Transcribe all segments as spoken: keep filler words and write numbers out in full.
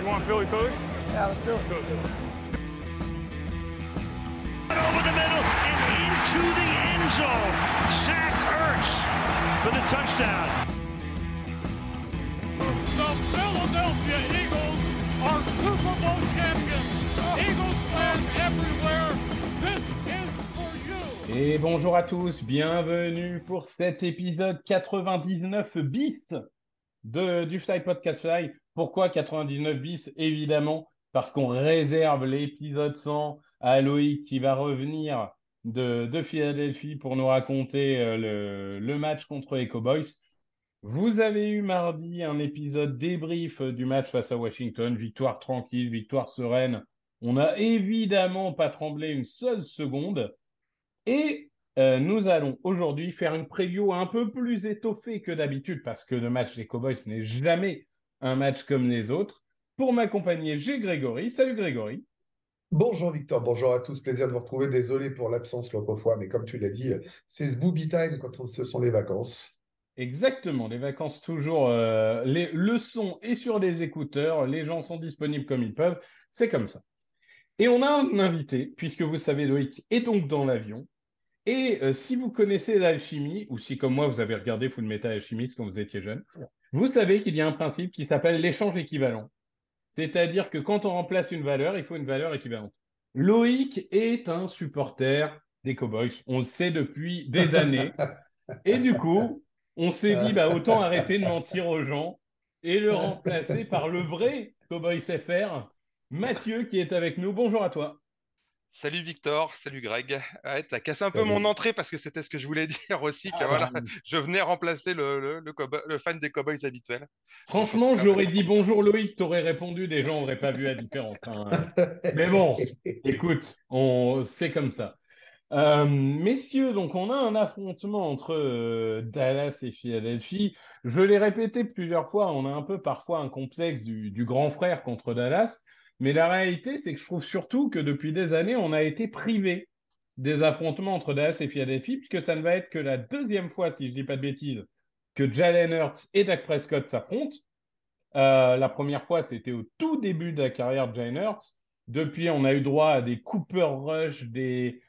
want Philly Philly? Yeah, let's do it. Philly. Over the middle and into the end zone. Zach Ertz for the touchdown. The Philadelphia Eagles are Super Bowl champions. Eagles fans everywhere. This is for you. Et bonjour à tous, bienvenue pour cet épisode quatre-vingt-dix-neuf bis de, du Fly Podcast Fly. Pourquoi quatre-vingt-dix-neuf bis? Évidemment, parce qu'on réserve l'épisode cent à Loïc qui va revenir de, de Philadelphie pour nous raconter euh, le, le match contre les Cowboys. Vous avez eu mardi un épisode débrief du match face à Washington, victoire tranquille, victoire sereine. On n'a évidemment pas tremblé une seule seconde. Et euh, nous allons aujourd'hui faire une preview un peu plus étoffée que d'habitude parce que le match des Cowboys n'est jamais un match comme les autres. Pour m'accompagner, j'ai Grégory. Salut Grégory. Bonjour Victor, bonjour à tous, plaisir de vous retrouver. Désolé pour l'absence l'autre fois, mais comme tu l'as dit, c'est ce booby time quand ce sont les vacances. Exactement, les vacances toujours, euh, les, le son est sur les écouteurs, les gens sont disponibles comme ils peuvent, c'est comme ça. Et on a un invité, puisque vous savez, Loïc est donc dans l'avion. Et euh, si vous connaissez l'alchimie, ou si comme moi vous avez regardé Full Metal Alchemist quand vous étiez jeune, vous savez qu'il y a un principe qui s'appelle l'échange équivalent. C'est-à-dire que quand on remplace une valeur, il faut une valeur équivalente. Loïc est un supporter des Cowboys, on le sait depuis des années. Et du coup, on s'est dit, bah, autant arrêter de mentir aux gens et le remplacer par le vrai Cowboys F R, Mathieu, qui est avec nous. Bonjour à toi. Salut Victor, salut Greg. Ouais, t'as cassé un peu Salut. mon entrée parce que c'était ce que je voulais dire aussi, que Ah, voilà, bah, je venais remplacer le, le, le, cowboy- le fan des Cowboys habituel. Donc en tout franchement, cas, ouais. j'aurais dit bonjour Loïc, t'aurais répondu, des gens n'auraient pas vu la différence, hein. Mais bon, écoute, on... c'est comme ça. Euh, messieurs, donc on a un affrontement entre euh, Dallas et Philadelphie. Je l'ai répété plusieurs fois, on a un peu parfois un complexe du, du grand frère contre Dallas, mais la réalité, c'est que je trouve surtout que depuis des années, on a été privé des affrontements entre Dallas et Philadelphie, puisque ça ne va être que la deuxième fois, si je dis pas de bêtises, que Jalen Hurts et Dak Prescott s'affrontent. Euh, la première fois, c'était au tout début de la carrière de Jalen Hurts. Depuis, on a eu droit à des Cooper Rush, des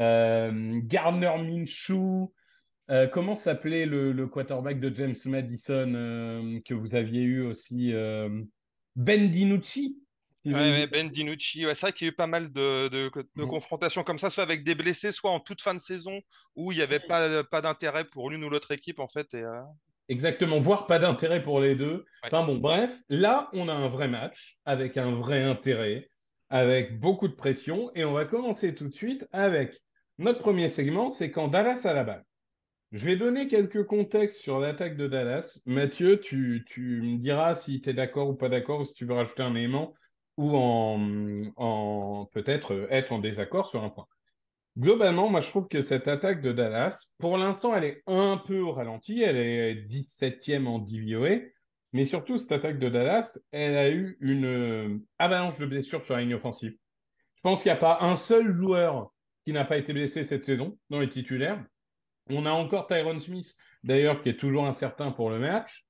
euh, Gardner Minshew. Euh, comment s'appelait le, le quarterback de James Madison euh, que vous aviez eu aussi euh, Ben DiNucci, si je Ouais, ne dis ouais, pas. Ben DiNucci, ouais, c'est vrai qu'il y a eu pas mal de, de, de confrontations comme ça, soit avec des blessés, soit en toute fin de saison, où il n'y avait pas, pas d'intérêt pour l'une ou l'autre équipe, en fait. Et, euh, Exactement, voire pas d'intérêt pour les deux. ouais. Enfin bon, bref, là, on a un vrai match avec un vrai intérêt, avec beaucoup de pression, et on va commencer tout de suite avec notre premier segment, c'est quand Dallas a la balle. Je vais donner quelques contextes sur l'attaque de Dallas. Mathieu, tu, tu me diras si tu es d'accord ou pas d'accord, ou si tu veux rajouter un élément, ou en, en peut-être être en désaccord sur un point. Globalement, moi, je trouve que cette attaque de Dallas, pour l'instant, elle est un peu au ralenti. Elle est dix-septième en D V O A. Mais surtout, cette attaque de Dallas, elle a eu une euh, avalanche de blessures sur la ligne offensive. Je pense qu'il n'y a pas un seul joueur qui n'a pas été blessé cette saison dans les titulaires. On a encore Tyron Smith, d'ailleurs, qui est toujours incertain pour le match.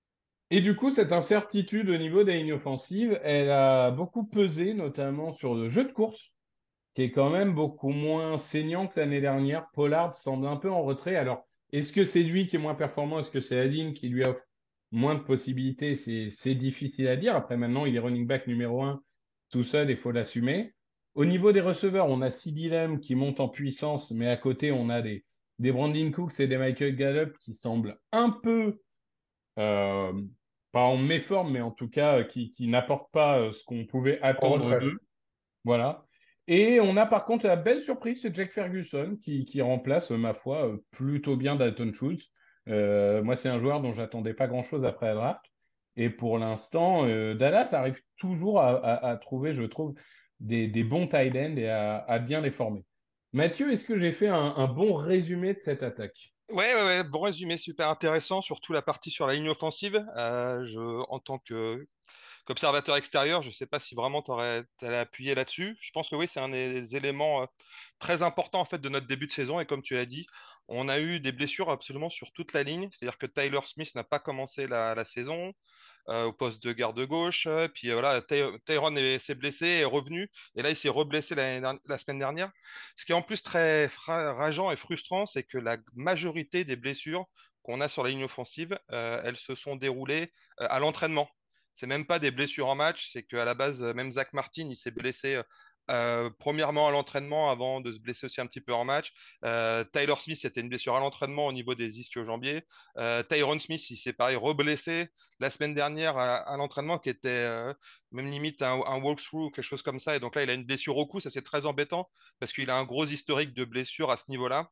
Et du coup, cette incertitude au niveau des lignes offensives, elle a beaucoup pesé, notamment sur le jeu de course qui est quand même beaucoup moins saignant que l'année dernière. Pollard semble un peu en retrait. Alors, est-ce que c'est lui qui est moins performant? Est-ce que c'est la ligne qui lui offre moins de possibilités? C'est, c'est difficile à dire. Après, maintenant, il est running back numéro un tout seul, il faut l'assumer. Au niveau des receveurs, on a CeeDee Lamb qui monte en puissance, mais à côté, on a des, des Brandon Cooks et des Michael Gallup qui semblent un peu, euh, pas en méforme, mais en tout cas, euh, qui, qui n'apportent pas euh, ce qu'on pouvait En attendre retrait. d'eux. Voilà. Et on a par contre la belle surprise, c'est Jack Ferguson qui, qui remplace, euh, ma foi, euh, plutôt bien Dalton Schultz. Euh, moi, c'est un joueur dont j'attendais pas grand-chose après la draft. Et pour l'instant, euh, Dallas arrive toujours à, à- à trouver, je trouve, des, des bons tight ends et à, à bien les former. Mathieu, est-ce que j'ai fait un, un bon résumé de cette attaque? Ouais, ouais, ouais, bon résumé, super intéressant, surtout la partie sur la ligne offensive. Euh, je, en tant que qu'observateur extérieur, je ne sais pas si vraiment tu aurais appuyé là-dessus. Je pense que oui, c'est un des éléments euh, très importants en fait de notre début de saison. Et comme tu l'as dit, On a eu des blessures absolument sur toute la ligne, c'est-à-dire que Tyler Smith n'a pas commencé la, la saison euh, au poste de garde gauche, euh, puis euh, voilà, Ty Tyron est- s'est blessé, est revenu, et là il s'est reblessé la, la semaine dernière. Ce qui est en plus très rageant et frustrant, c'est que la majorité des blessures qu'on a sur la ligne offensive, euh, elles se sont déroulées euh, à l'entraînement. C'est même pas des blessures en match, c'est qu'à la base, même Zach Martin, il s'est blessé euh, premièrement à l'entraînement avant de se blesser aussi un petit peu en match. Euh, Tyler Smith, c'était une blessure à l'entraînement au niveau des ischio-jambiers. Euh, Tyron Smith, il s'est pareil reblessé la semaine dernière à, à l'entraînement qui était euh, même limite un, un walkthrough, quelque chose comme ça. Et donc là, il a une blessure au cou, ça c'est très embêtant parce qu'il a un gros historique de blessures à ce niveau-là.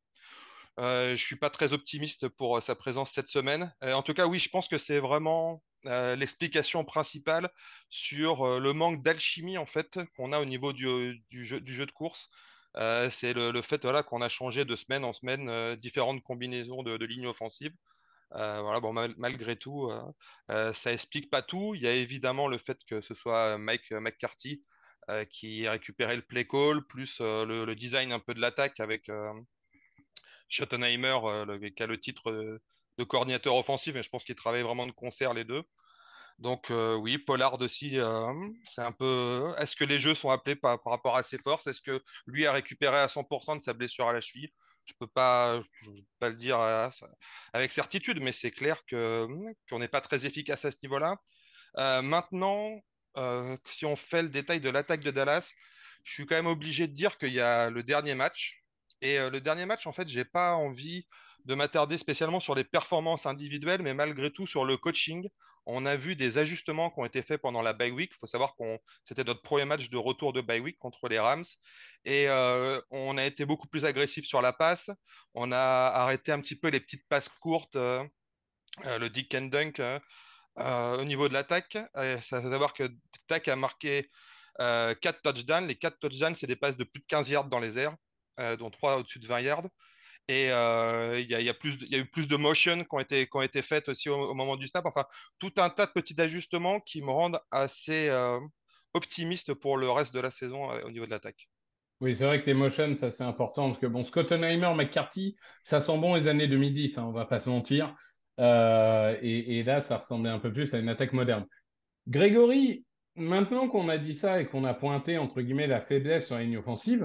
Euh, je suis pas très optimiste pour euh, sa présence cette semaine. Euh, en tout cas, oui, je pense que c'est vraiment euh, l'explication principale sur euh, le manque d'alchimie en fait qu'on a au niveau du, du jeu, du jeu de course. Euh, c'est le, le fait voilà, qu'on a changé de semaine en semaine euh, différentes combinaisons de, de lignes offensives. Euh, voilà, bon, mal- malgré tout, euh, euh, ça explique pas tout. Il y a évidemment le fait que ce soit Mike McCarthy euh, qui a récupéré le play call, plus euh, le, le design un peu de l'attaque avec euh, Schottenheimer, euh, le- qui a le titre euh, de coordinateur offensif, mais je pense qu'ils travaillent vraiment de concert les deux. Donc euh, oui, Pollard aussi, euh, c'est un peu. Est-ce que les jeux sont appelés par, par rapport à ses forces? Est-ce que lui a récupéré à cent pour cent de sa blessure à la cheville? Je peux pas, je peux pas le dire à- avec certitude, mais c'est clair que qu'on n'est pas très efficace à ce niveau-là. Euh, maintenant, euh, si on fait le détail de l'attaque de Dallas, je suis quand même obligé de dire qu'il y a le dernier match. Et euh, le dernier match, en fait, j'ai pas envie de m'attarder spécialement sur les performances individuelles, mais malgré tout sur le coaching. On a vu des ajustements qui ont été faits pendant la bye week. Il faut savoir qu'on c'était notre premier match de retour de bye week contre les Rams. Et euh, on a été beaucoup plus agressif sur la passe. On a arrêté un petit peu les petites passes courtes, euh, euh, le Dick and Dunk. euh, euh, au niveau de l'attaque, euh, ça faut savoir que Dak a marqué euh, quatre touchdowns. Les quatre touchdowns, c'est des passes de plus de quinze yards dans les airs, euh, dont trois au-dessus de vingt yards. Et euh, il y, a, y, a plus de- y a eu plus de motion qui ont été, qui ont été faites aussi au, au moment du snap. Enfin, tout un tas de petits ajustements qui me rendent assez euh, optimiste pour le reste de la saison euh, au niveau de l'attaque. Oui, c'est vrai que les motions, ça c'est important parce que bon, Schottenheimer, McCarthy, ça sent bon les années deux mille dix, hein, on va pas se mentir. Euh, et, et là, ça ressemblait un peu plus à une attaque moderne. Grégory, maintenant qu'on a dit ça et qu'on a pointé entre guillemets la faiblesse sur la ligne offensive,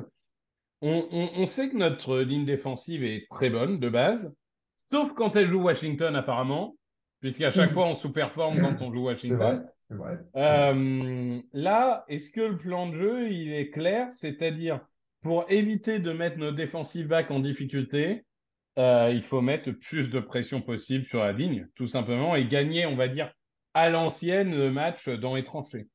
on, on- on sait que notre ligne défensive est très bonne de base, sauf quand elle joue Washington apparemment, puisqu'à chaque fois on sous-performe quand on joue C'est vrai, Washington. c'est vrai, c'est vrai. Euh, là, est-ce que le plan de jeu, il est clair? C'est-à-dire, pour éviter de mettre nos defensive backs en difficulté, euh, il faut mettre plus de pression possible sur la ligne, tout simplement, et gagner, on va dire, à l'ancienne le match dans les tranchées.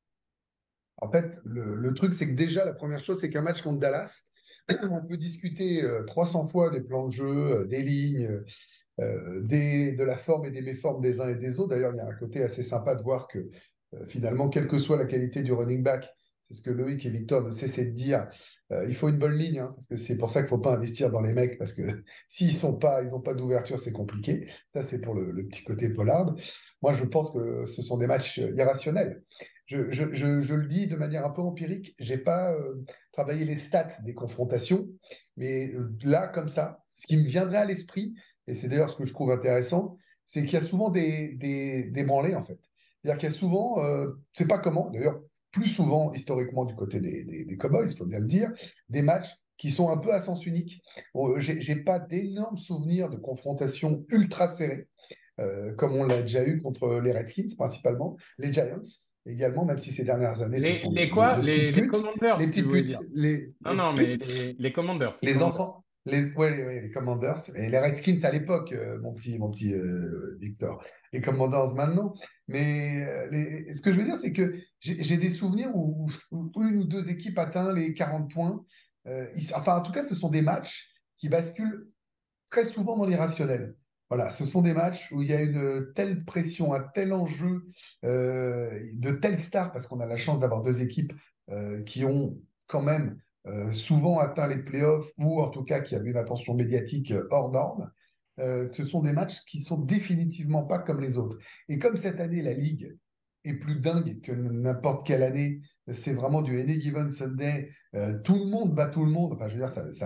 En fait, le, le truc, c'est que déjà, la première chose, c'est qu'un match contre Dallas, on peut discuter euh, trois cents fois des plans de jeu, euh, des lignes, euh, des, de la forme et des méformes des uns et des autres. D'ailleurs, il y a un côté assez sympa de voir que euh, finalement, quelle que soit la qualité du running back, c'est ce que Loïc et Victor ne cessaient de dire, euh, il faut une bonne ligne, hein, parce que c'est pour ça qu'il ne faut pas investir dans les mecs, parce que s'ils sont pas, ils n'ont pas d'ouverture, c'est compliqué. Ça, c'est pour le, le petit côté Pollard. Moi, je pense que ce sont des matchs irrationnels. Je, je, je, je le dis de manière un peu empirique, je n'ai pas euh, travaillé les stats des confrontations, mais euh, là, comme ça, ce qui me viendrait à l'esprit, et c'est d'ailleurs ce que je trouve intéressant, c'est qu'il y a souvent des, des, des branlées, en fait. C'est-à-dire qu'il y a souvent, euh, c'est pas comment, d'ailleurs, plus souvent, historiquement, du côté des, des, des Cowboys, il faut bien le dire, des matchs qui sont un peu à sens unique. Bon, j'ai j'ai pas d'énormes souvenirs de confrontations ultra serrées, euh, comme on l'a déjà eu contre les Redskins, principalement, les Giants également, même si ces dernières années, ce Les, sont de, les de- quoi? de petites Les, les putes, les Commanders, tu petites voulais putes, dire. les, Non, les non, petites mais putes, les, les Commanders, les les Commanders. enfants, les, ouais, les, ouais, les Commanders et les Redskins à l'époque, euh, mon petit, mon petit euh, Victor. Les Commanders maintenant. Mais euh, les- ce que je veux dire, c'est que j'ai j'ai des souvenirs où, où une ou deux équipes atteignent les quarante points. Euh, ils- enfin, en tout cas, ce sont des matchs qui basculent très souvent dans l'irrationnel. Voilà, ce sont des matchs où il y a une telle pression, un tel enjeu, euh, de telles stars, parce qu'on a la chance d'avoir deux équipes euh, qui ont quand même euh, souvent atteint les playoffs, ou en tout cas qui avaient une attention médiatique euh, hors norme. Euh, ce sont des matchs qui sont définitivement pas comme les autres. Et comme cette année, la Ligue est plus dingue que n'importe quelle année, c'est vraiment du Any Given Sunday, euh, tout le monde bat tout le monde. Enfin, je veux dire, ça, ça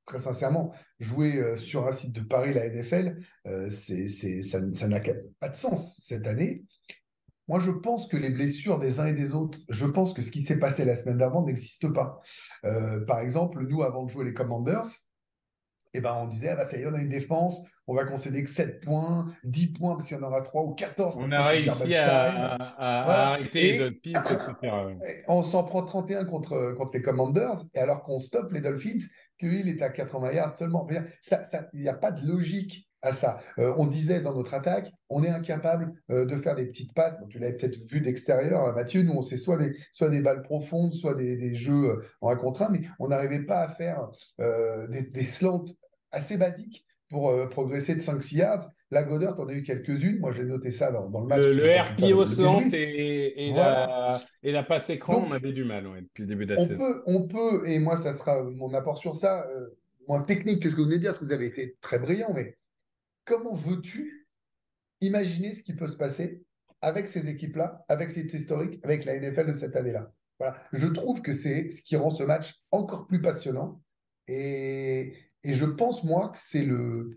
très sincèrement, jouer euh, sur un site de Paris, la N F L, euh, c'est, c'est, ça, ça n'a pas de sens cette année. Moi, je pense que les blessures des uns et des autres, je pense que ce qui s'est passé la semaine d'avant n'existe pas. Euh, par exemple, nous, avant de jouer les Commanders, eh ben, on disait, ah bah, ça y est, on a une défense, on va concéder que sept points, dix points parce qu'il y en aura trois ou quatorze On parce que a c'est le réussi garbage à, time. à- à Voilà. arrêter Et Dolphins, et cetera. on s'en prend trente et un contre, contre les Commanders, et alors qu'on stoppe les Dolphins, qu'il est à quatre-vingts yards seulement. Ça, ça, il n'y a pas de logique à ça. Euh, on disait dans notre attaque, on est incapable euh, de faire des petites passes. Bon, tu l'avais peut-être vu d'extérieur, hein, Mathieu. Nous, on sait soit des, soit des balles profondes, soit des, des jeux euh, en un contre un, mais on n'arrivait pas à faire euh, des, des slants assez basiques pour euh, progresser de cinq six yards. La Goddard, on a eu quelques-unes. Moi, j'ai noté ça dans, dans le match Le, parce que le j'ai pas pu faire R P O le, le slant débrief. et, et, Voilà. la, et la passe écran, on Donc, avait du mal ouais, depuis le début de la on saison. peut, on peut, et moi, ça sera mon apport sur ça, euh, moins technique que ce que vous venez de dire, parce que vous avez été très brillant, mais comment veux-tu imaginer ce qui peut se passer avec ces équipes-là, avec cette historique, avec la N F L de cette année-là? Voilà. Je trouve que c'est ce qui rend ce match encore plus passionnant. Et, et je pense, moi, que c'est le.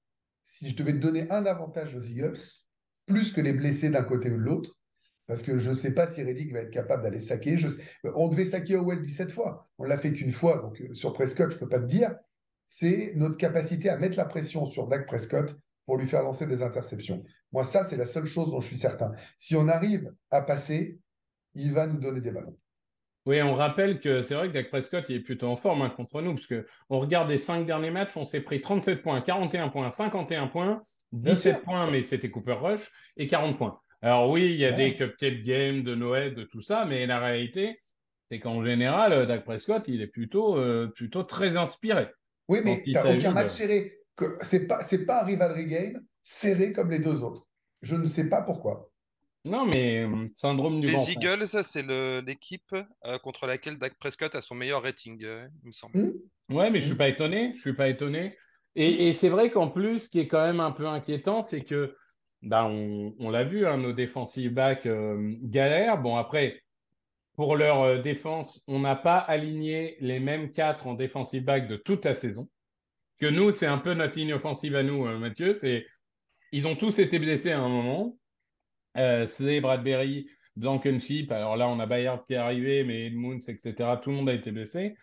Si je devais te donner un avantage aux Eagles, plus que les blessés d'un côté ou de l'autre, parce que je ne sais pas si Reddick va être capable d'aller saquer. Je sais- On devait saquer Howell dix-sept fois. On ne l'a fait qu'une fois. Donc, euh, sur Prescott, je ne peux pas te dire. C'est notre capacité à mettre la pression sur Dak Prescott pour lui faire lancer des interceptions. Moi, ça, c'est la seule chose dont je suis certain. Si on arrive à passer, il va nous donner des ballons. Oui, on rappelle que c'est vrai que Dak Prescott il est plutôt en forme hein, contre nous, parce que on regarde les cinq derniers matchs, on s'est pris trente-sept points, quarante et un points, cinquante et un points, Bien sûr. dix-sept points, mais c'était Cooper Rush, et quarante points. Alors oui, il y a des Ouais. cupcake games de Noël, de tout ça, mais la réalité, c'est qu'en général, euh, Dak Prescott, il est plutôt, euh, plutôt très inspiré Oui, quand mais tu il n'as aucun s'agit match de... serré. Que- C'est pas, c'est pas un rivalry game serré comme les deux autres. Je ne sais pas pourquoi. Non, mais euh, syndrome du grand Les frère. Eagles, c'est le- l'équipe euh, contre laquelle Dak Prescott a son meilleur rating, euh, il me semble. Hum, Ouais, mais je suis hum, pas étonné. Je suis pas étonné. Et, hum. et c'est vrai qu'en plus, ce qui est quand même un peu inquiétant, c'est que, bah, on, on l'a vu, hein, nos defensive backs euh, galèrent. Bon, après, pour leur euh, défense, on n'a pas aligné les mêmes quatre en defensive back de toute la saison. Parce que nous, c'est un peu notre ligne offensive à nous, euh, Mathieu. C'est, ils ont tous été blessés à un moment. Euh, Slay, Bradbury, Blankenship. Alors là, on a Bayard qui est arrivé, mais Edmunds, et cetera. Tout le monde a été blessé.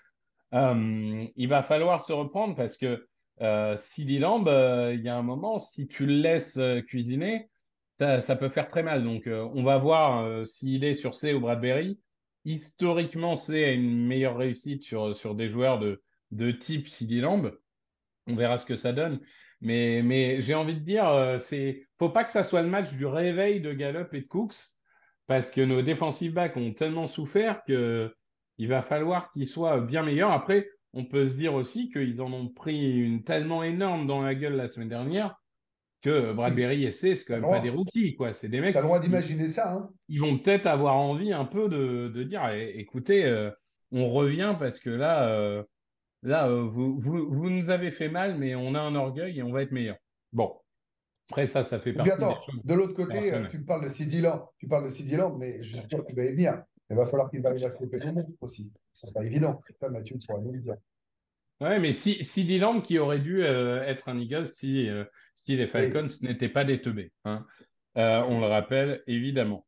Euh, il va falloir se reprendre parce que euh, CeeDee Lamb, euh, il y a un moment, si tu le laisses euh, cuisiner, ça, ça peut faire très mal. Donc, euh, on va voir euh, s'il est sur C ou Bradbury. Historiquement, C a une meilleure réussite sur, sur des joueurs de, de type CeeDee Lamb. On verra ce que ça donne. Mais, mais j'ai envie de dire, euh, c'est, faut pas que ça soit le match du réveil de Gallup et de Cooks, parce que nos defensive backs ont tellement souffert que il va falloir qu'ils soient bien meilleurs. Après, on peut se dire aussi qu'ils en ont pris une tellement énorme dans la gueule la semaine dernière que Oui, Bradbury et C, c'est quand t'as le même pas des droit. rookies, quoi. C'est des T'as mecs, le droit ils, d'imaginer ça, hein. ils vont peut-être avoir envie un peu de, de dire, eh, écoutez, euh, on revient parce que là, euh, Là, euh, vous, vous, vous nous avez fait mal, mais on a un orgueil et on va être meilleur. Bon, après ça, ça fait Et puis partie des attends, choses de l'autre côté, euh, rationnelles. tu me parles de CeeDee Lamb, tu parles de CeeDee Lamb, mais je suis sûr qu'il va y venir. Il va falloir qu'il arrive à se couper le monde aussi. C'est pas évident. Ça, Mathieu, tu pourras nous le dire. Ouais, mais si, si Dylan qui aurait dû euh, être un Eagles si, euh, si les Oui, Falcons n'étaient pas des teubés, hein. Euh, on le rappelle, évidemment.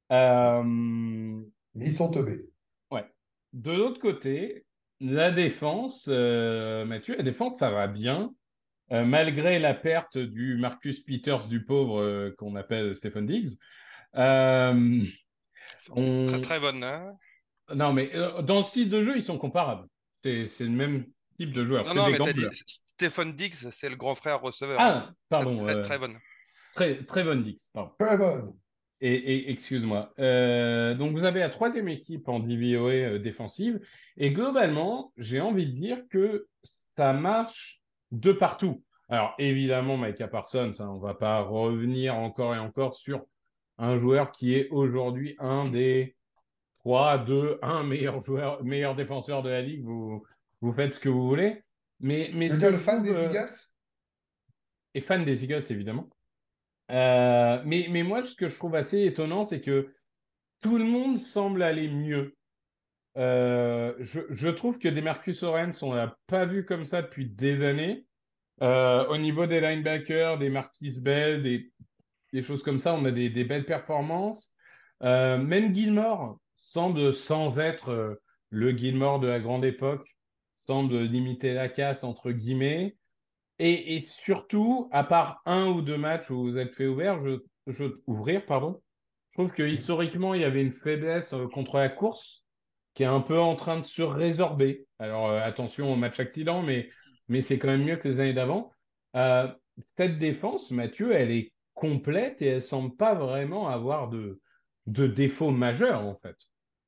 Euh, mais ils sont teubés. ouais. De l'autre côté, la défense, euh, Mathieu, la défense, ça va bien. Euh, malgré la perte du Marcus Peters du pauvre euh, qu'on appelle Stephen Diggs. Euh, Très on, très bonne, hein. Non, mais euh, dans le style de jeu, ils sont comparables. C'est, c'est le même type de joueur. Non, C'est non, des mais t'as dit gamblers. Stephen Diggs, c'est le grand frère receveur, hein. Ah, Très pardon. très euh, très bonne. très, très bonne Dix, pardon. Très bonne. Et, et excuse-moi. Euh, donc, vous avez la troisième équipe en D V O A euh, défensive. Et globalement, j'ai envie de dire que ça marche de partout. Alors, évidemment, Micah Parsons, hein, on va pas revenir encore et encore sur un joueur qui est aujourd'hui un des trois, deux, un meilleur joueur, meilleur défenseur de la ligue, vous, vous faites ce que vous voulez. Mais, mais Tu veux ce dire que le je fan trouve, des euh, Eagles? et fan des Eagles évidemment, euh, mais, mais moi ce que je trouve assez étonnant, c'est que tout le monde semble aller mieux. Euh, je, je trouve que Demarcus Lawrence, on l'a pas vu comme ça depuis des années. Euh, au niveau des linebackers, des Marquis Bell, des, des choses comme ça, on a des, des belles performances. Euh, même Gilmore semble, sans être euh, le Gilmore de la grande époque, semble limiter la casse, entre guillemets. Et, et surtout, à part un ou deux matchs où vous êtes fait ouvrir, je, je, ouvrir, pardon, je trouve que historiquement, il y avait une faiblesse euh, contre la course qui est un peu en train de se résorber. Alors, euh, attention au match accident, mais, mais c'est quand même mieux que les années d'avant. Euh, cette défense, Mathieu, elle est complète et elle semble pas vraiment avoir de, de défauts majeurs, en fait.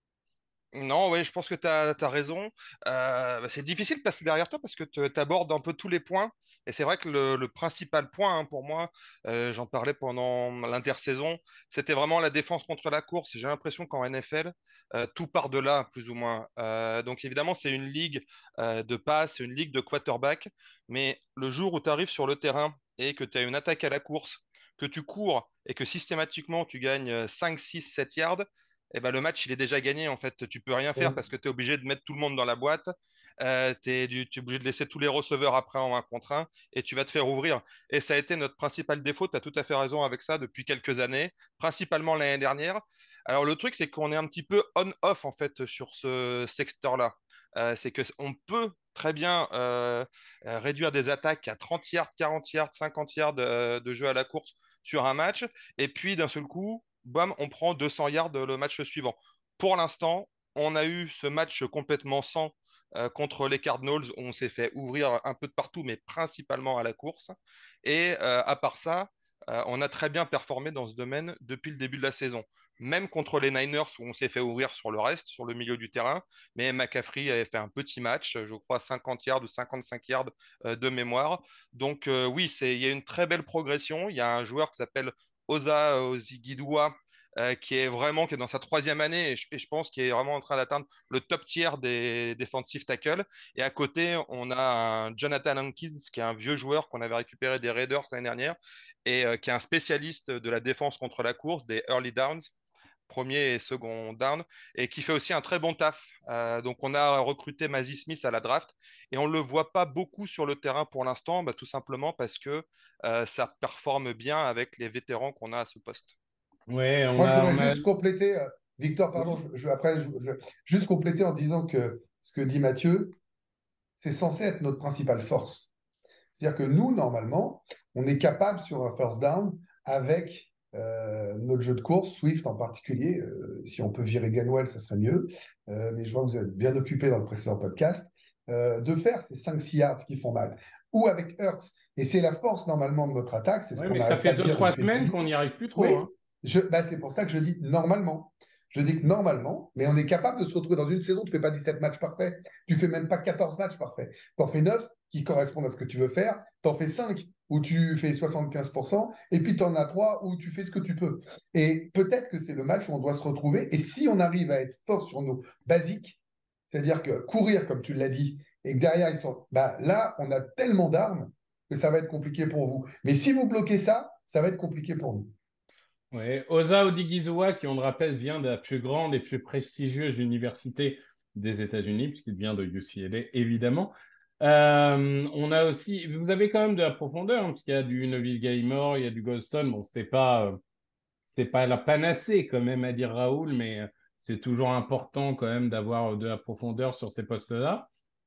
Non, oui, je pense que tu as raison. Euh, bah, c'est difficile de passer derrière toi parce que tu abordes un peu tous les points. Et c'est vrai que le, le principal point hein, pour moi, euh, j'en parlais pendant l'intersaison, c'était vraiment la défense contre la course. J'ai l'impression qu'en N F L, euh, tout part de là, plus ou moins. Euh, donc évidemment, c'est une ligue euh, de passe, c'est une ligue de quarterback. Mais le jour où tu arrives sur le terrain et que tu as une attaque à la course, que tu cours et que systématiquement tu gagnes cinq, six, sept yards, eh ben, le match, il est déjà gagné. En fait, tu peux rien faire Ouais. parce que tu es obligé de mettre tout le monde dans la boîte. Euh, tu es, obligé de laisser tous les receveurs après en un contre un et tu vas te faire ouvrir. Et ça a été notre principal défaut. Tu as tout à fait raison avec ça depuis quelques années, principalement l'année dernière. Alors, le truc, c'est qu'on est un petit peu on-off en fait sur ce secteur-là. Euh, c'est qu'on peut très bien euh, euh, réduire des attaques à trente yards, quarante yards, cinquante yards euh, de jeu à la course sur un match. Et puis, d'un seul coup, bam, on prend deux cents yards le match suivant. Pour l'instant, on a eu ce match complètement sans euh, contre les Cardinals où on s'est fait ouvrir un peu de partout, mais principalement à la course. Et euh, à part ça, euh, on a très bien performé dans ce domaine depuis le début de la saison. Même contre les Niners où on s'est fait ouvrir sur le reste, sur le milieu du terrain. Mais McCaffrey avait fait un petit match, je crois cinquante yards ou cinquante-cinq yards euh, de mémoire. Donc euh, oui, c'est, il y a une très belle progression. Il y a un joueur qui s'appelle Osa Ozigidua, euh, qui est vraiment qui est dans sa troisième année et je, et je pense qu'il est vraiment en train d'atteindre le top tier des defensive tackles. Et à côté, on a un Jonathan Hankins qui est un vieux joueur qu'on avait récupéré des Raiders l'année dernière et euh, qui est un spécialiste de la défense contre la course, des early downs, premier et second down, et qui fait aussi un très bon taf. Euh, donc on a recruté Mazzy Smith à la draft, et on ne le voit pas beaucoup sur le terrain pour l'instant, bah, tout simplement parce que euh, ça performe bien avec les vétérans qu'on a à ce poste. Ouais, on Moi, je a, voudrais on a... juste compléter, euh, Victor, pardon, Oui, je, je- après, je, je- juste compléter en disant que ce que dit Mathieu, c'est censé être notre principale force. C'est-à-dire que nous, normalement, on est capable sur un first down avec euh, notre jeu de course, Swift en particulier. Euh, si on peut virer Ganwell, ça serait mieux. Euh, mais je vois que vous êtes bien occupé dans le précédent podcast. Euh, de faire ces cinq six yards qui font mal. Ou avec Hurts. Et c'est la force normalement de notre attaque. C'est ce ouais, qu'on mais ça n'arrête pas fait de deux, dire trois depuis le semaines début. qu'on n'y arrive plus trop, Oui, hein. je, bah, c'est pour ça que je dis normalement. Je dis que normalement, mais on est capable de se retrouver dans une saison, tu ne fais pas dix-sept matchs parfaits, tu ne fais même pas quatorze matchs parfaits. Tu en fais neuf qui correspondent à ce que tu veux faire, tu en fais cinq où tu fais soixante-quinze pour cent, et puis tu en as trois où tu fais ce que tu peux. Et peut-être que c'est le match où on doit se retrouver, et si on arrive à être fort sur nos basiques, c'est-à-dire que courir, comme tu l'as dit, et que derrière, ils sont. Bah, là, on a tellement d'armes que ça va être compliqué pour vous. Mais si vous bloquez ça, ça va être compliqué pour nous. Ouais. Osa Odigizua, qui on le rappelle, vient de la plus grande et plus prestigieuse université des États-Unis, puisqu'il vient de U C L A, évidemment. Euh, on a aussi, vous avez quand même de la profondeur, hein, parce qu'il y a du Neville Gallimore, il y a du Golston. Bon, c'est pas, euh, c'est pas la panacée, quand même, à dire Raoul, mais euh, c'est toujours important quand même d'avoir de la profondeur sur ces postes-là.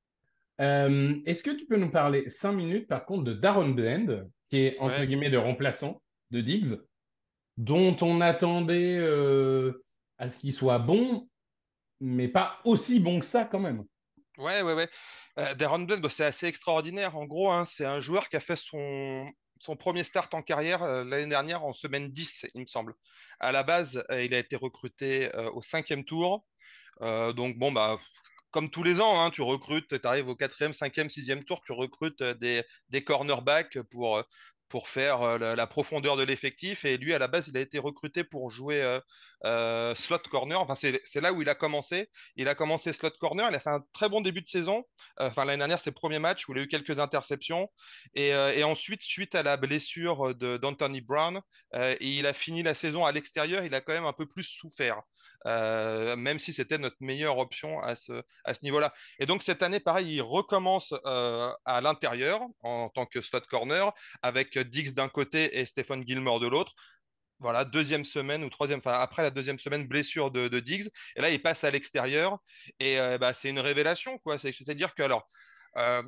Euh, est-ce que tu peux nous parler cinq minutes, par contre, de Darren Bland, qui est entre Ouais, guillemets le remplaçant de Diggs, dont on attendait euh, à ce qu'il soit bon, mais pas aussi bon que ça quand même. ouais, ouais, ouais. Euh, Darren Bland, bah, c'est assez extraordinaire. En gros, hein, c'est un joueur qui a fait son, son premier start en carrière euh, l'année dernière en semaine dix, il me semble. À la base, euh, il a été recruté euh, au cinquième tour. Euh, donc, bon, bah, comme tous les ans, hein, tu recrutes, tu arrives au quatrième, cinquième, sixième tour, tu recrutes euh, des, des cornerbacks pour, euh, pour faire euh, la, la profondeur de l'effectif. Et lui, à la base, il a été recruté pour jouer euh, euh, slot corner. Enfin, c'est c'est là où il a commencé. Il a commencé slot corner. Il a fait un très bon début de saison. Euh, Enfin, l'année dernière, ses premiers matchs où il a eu quelques interceptions. Et, euh, et ensuite, suite à la blessure de d'Anthony Brown, euh, et il a fini la saison à l'extérieur. Il a quand même un peu plus souffert, euh, même si c'était notre meilleure option à ce, à ce niveau-là. Et donc, cette année, pareil, il recommence euh, à l'intérieur en tant que slot corner avec Diggs d'un côté et Stephen Gilmore de l'autre. Voilà, deuxième semaine ou troisième, enfin après la deuxième semaine, blessure de, de Diggs. Et là, il passe à l'extérieur. Et euh, bah, c'est une révélation, quoi. C'est- C'est-à-dire que, alors, euh,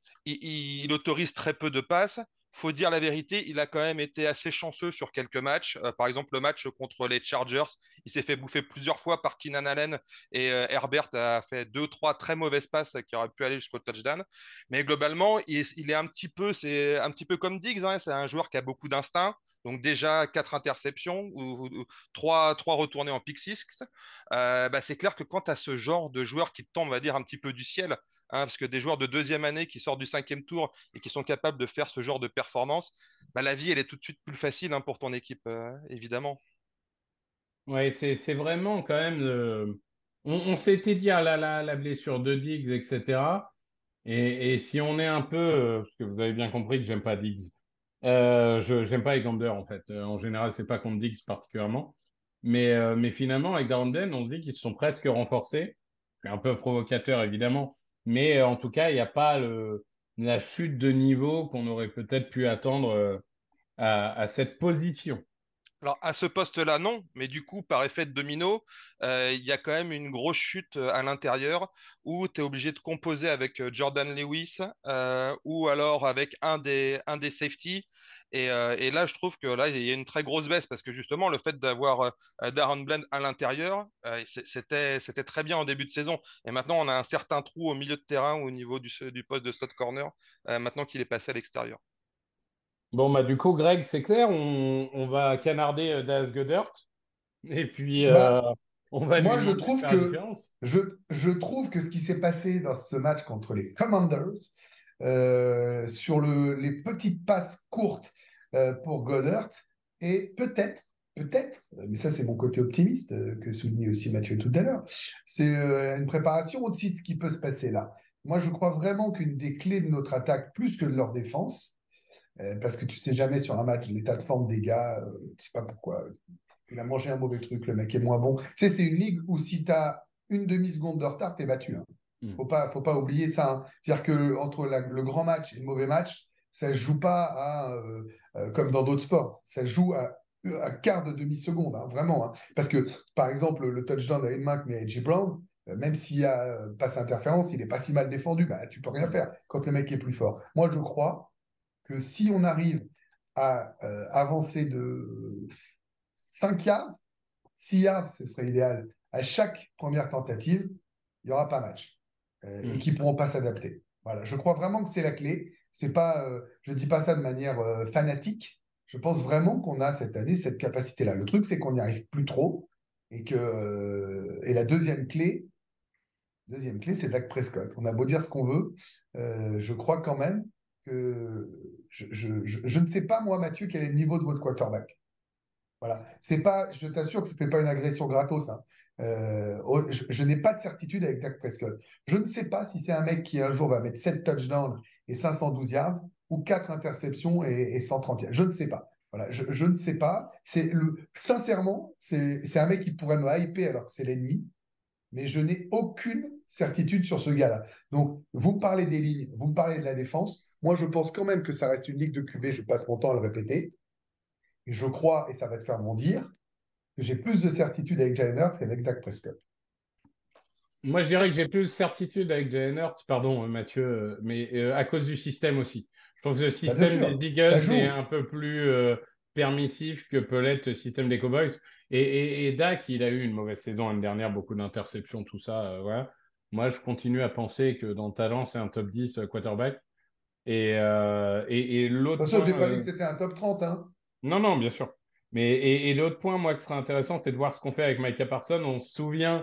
il, il autorise très peu de passes. Faut dire la vérité, il a quand même été assez chanceux sur quelques matchs. Euh, par exemple, le match contre les Chargers, il s'est fait bouffer plusieurs fois par Keenan Allen et euh, Herbert a fait deux, trois très mauvaises passes qui auraient pu aller jusqu'au touchdown. Mais globalement, il, il est un petit peu, c'est un petit peu comme Diggs, hein. C'est un joueur qui a beaucoup d'instinct. Donc déjà quatre interceptions ou, ou- ou trois, trois retournés en pick six. Euh, bah, c'est clair que quand tu as ce genre de joueur qui tombe, on va dire, un petit peu du ciel, hein, parce que des joueurs de deuxième année qui sortent du cinquième tour et qui sont capables de faire ce genre de performance, bah, la vie, elle est tout de suite plus facile, hein, pour ton équipe, euh, évidemment. Ouais, c'est, c'est vraiment quand même. euh, On, on s'était dit, ah là là, la blessure de Diggs, et cetera. Et, et si on est un peu. euh, Parce que vous avez bien compris que j'aime pas Diggs. Euh, je j'aime pas Egander, en fait. Euh, en général, c'est pas contre Diggs particulièrement. Mais, euh, mais finalement, avec Darnden, on se dit qu'ils se sont presque renforcés. C'est un peu provocateur, évidemment. Mais euh, en tout cas, il n'y a pas le, la chute de niveau qu'on aurait peut-être pu attendre euh, à, à cette position. Alors, à ce poste-là, non, mais du coup, par effet de domino, euh, il y a quand même une grosse chute euh, à l'intérieur où tu es obligé de composer avec euh, Jordan Lewis euh, ou alors avec un des, un des safety. Et, euh, et là, je trouve que là, il y a une très grosse baisse parce que justement, le fait d'avoir euh, Darren Bland à l'intérieur, euh, c'est- c'était, c'était très bien en début de saison. Et maintenant, on a un certain trou au milieu de terrain au niveau du, du poste de slot corner, euh, maintenant qu'il est passé à l'extérieur. Bon, bah, du coup, Greg, c'est clair, on, on va canarder euh, Dallas Goedert et puis euh, Bah, on va lui moi, je demander de trouve faire la que, différence. je, je trouve que ce qui s'est passé dans ce match contre les Commanders, euh, sur le, les petites passes courtes euh, pour Goddard, et peut-être, peut-être, mais ça c'est mon côté optimiste euh, que soulignait aussi Mathieu tout à l'heure, c'est euh, une préparation aussi de ce qui peut se passer là. Moi, je crois vraiment qu'une des clés de notre attaque, plus que de leur défense, euh, parce que tu sais jamais sur un match l'état de forme des gars, euh, tu sais pas pourquoi. Il a mangé un mauvais truc, le mec est moins bon. Tu sais, c'est une ligue où si tu as une demi-seconde de retard, tu es battu, hein. Hmm. Faut pas, faut pas oublier ça, hein. C'est-à-dire que entre la- le grand match et le mauvais match, ça ne joue pas à, euh, euh, comme dans d'autres sports, ça se joue à un quart de demi-seconde, hein, vraiment, hein. Parce que, par exemple, le touchdown d'Aiden Mack mais A J. Brown, euh, même s'il y a euh, passe interférence, il n'est pas si mal défendu, bah, tu peux rien Hmm. faire quand le mec est plus fort. Moi, je crois que si on arrive à euh, avancer de cinq yards, six yards, ce serait idéal. À chaque première tentative, il n'y aura pas match euh, et Hmm. qui ne pourront pas s'adapter. Voilà, je crois vraiment que c'est la clé. C'est pas, euh, je ne dis pas ça de manière euh, fanatique. Je pense vraiment qu'on a cette année cette capacité-là. Le truc, c'est qu'on n'y arrive plus trop et que euh, et la deuxième clé, deuxième clé, c'est Dak Prescott. On a beau dire ce qu'on veut, euh, je crois quand même que je, je, je, je ne sais pas moi, Mathieu, quel est le niveau de votre quarterback. Voilà. C'est pas, je t'assure que je ne fais pas une agression gratos, hein. Euh, oh, je, je n'ai pas de certitude avec Dak Prescott. Je ne sais pas si c'est un mec qui un jour va mettre sept touchdowns et cinq cent douze yards ou quatre interceptions et, et cent trente yards. Je ne sais pas. Voilà, je, je ne sais pas. C'est le, sincèrement, c'est c'est un mec qui pourrait me hyper alors que c'est l'ennemi, mais je n'ai aucune certitude sur ce gars-là. Donc, vous me parlez des lignes, vous me parlez de la défense. Moi, je pense quand même que ça reste une ligue de Q B. Je passe mon temps à le répéter. Et je crois, et ça va te faire bondir, que j'ai plus de certitude avec Jalen Hurts qu'avec Dak Prescott. Moi, je dirais que j'ai plus de certitude avec Jalen Hurts, pardon, euh, Mathieu, euh, mais euh, à cause du système aussi. Je trouve que le Bah, bien système des sûr, ça Eagles est joue. un peu plus euh, permissif que peut l'être le système des Cowboys. Et, et, et Dak, il a eu une mauvaise saison l'année dernière, beaucoup d'interceptions, tout ça. Euh, voilà. Moi, je continue à penser que dans le talent, c'est un top dix euh, quarterback. Et, euh, et, et l'autre Attention, je point, n'ai pas dit euh, que c'était un top trente, hein. non, non, bien sûr. Mais et, et l'autre point, moi, qui serait intéressant, c'est de voir ce qu'on fait avec Micah Parsons. On se souvient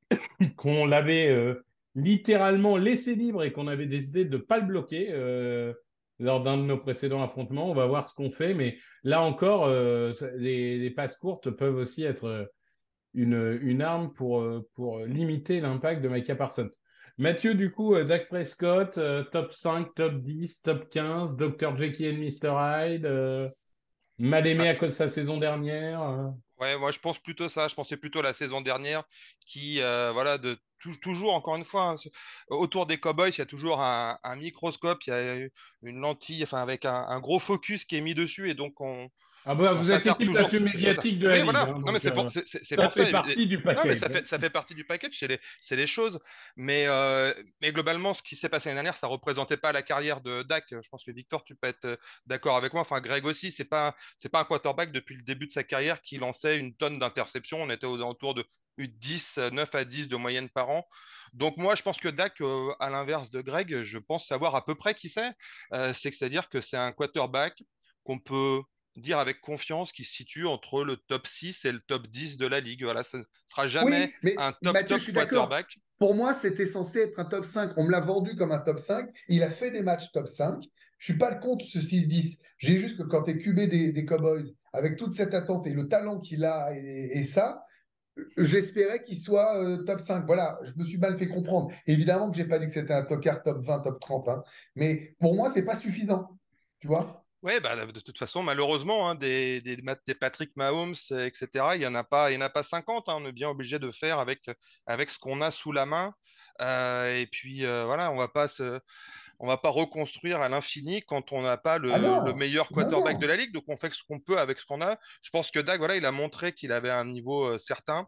qu'on l'avait euh, littéralement laissé libre et qu'on avait décidé de ne pas le bloquer. Euh, lors d'un de nos précédents affrontements. On va voir ce qu'on fait. Mais là encore, euh, les, les passes courtes peuvent aussi être une, une arme pour, pour limiter l'impact de Micah Parsons. Mathieu, du coup, euh, Dak Prescott, euh, top cinq, top dix, top quinze, docteur Jekyll et mister Hyde, euh, mal aimé à cause de sa saison dernière. euh. Ouais, moi je pense plutôt ça. Je pensais plutôt à la saison dernière qui, euh, voilà, de tou- toujours, encore une fois, hein, ce- autour des Cowboys, il y a toujours un, un microscope, il y a une lentille, enfin avec un, un gros focus qui est mis dessus et donc on, Ah bah, on vous êtes s'attarde l'équipe la toujours plus sur ces choses-là. médiatique de la Oui, ligue, voilà. hein, Non, mais donc c'est euh, pour, c'est c'est- c'est ça pour ça. fait Et- et- partie du non, mais package. ça fait, ça fait partie du package, c'est les, c'est les choses. Mais, euh, mais globalement, ce qui s'est passé l'année dernière, ça représentait pas la carrière de Dak. Je pense que Victor, tu peux être euh, d'accord avec moi. Enfin, Greg aussi, c'est pas, c'est pas un quarterback depuis le début de sa carrière qui lançait une tonne d'interceptions. On était aux alentours de dix, neuf à dix de moyenne par an. Donc moi, je pense que Dak, euh, à l'inverse de Greg, je pense savoir à peu près qui c'est. Euh, c'est que c'est-à-dire que c'est un quarterback qu'on peut dire avec confiance qu'il se situe entre le top six et le top dix de la ligue. Voilà, ce ne sera jamais Oui, mais un top Mathieu, je top suis d'accord. quarterback. Pour moi, c'était censé être un top cinq. On me l'a vendu comme un top cinq. Il a fait des matchs top cinq. Je ne suis pas contre ce six dix. J'ai juste que quand tu es Q B des, des Cowboys, avec toute cette attente et le talent qu'il a et, et ça, j'espérais qu'il soit euh, top cinq. Voilà, je me suis mal fait comprendre. Évidemment que je n'ai pas dit que c'était un tocard top vingt, top trente, hein. Mais pour moi, ce n'est pas suffisant. Tu vois? Ouais, bah, de toute façon, malheureusement, hein, des, des, des Patrick Mahomes, euh, et cetera, il n'y en a pas, il y en a pas cinquante, hein. On est bien obligé de faire avec, avec ce qu'on a sous la main. Euh, et puis, euh, voilà, on va pas se, on va pas reconstruire à l'infini quand on n'a pas Ah le, le non, meilleur non, quarterback de non. la ligue. Donc on fait ce qu'on peut avec ce qu'on a. Je pense que Dak, voilà, il a montré qu'il avait un niveau euh, certain.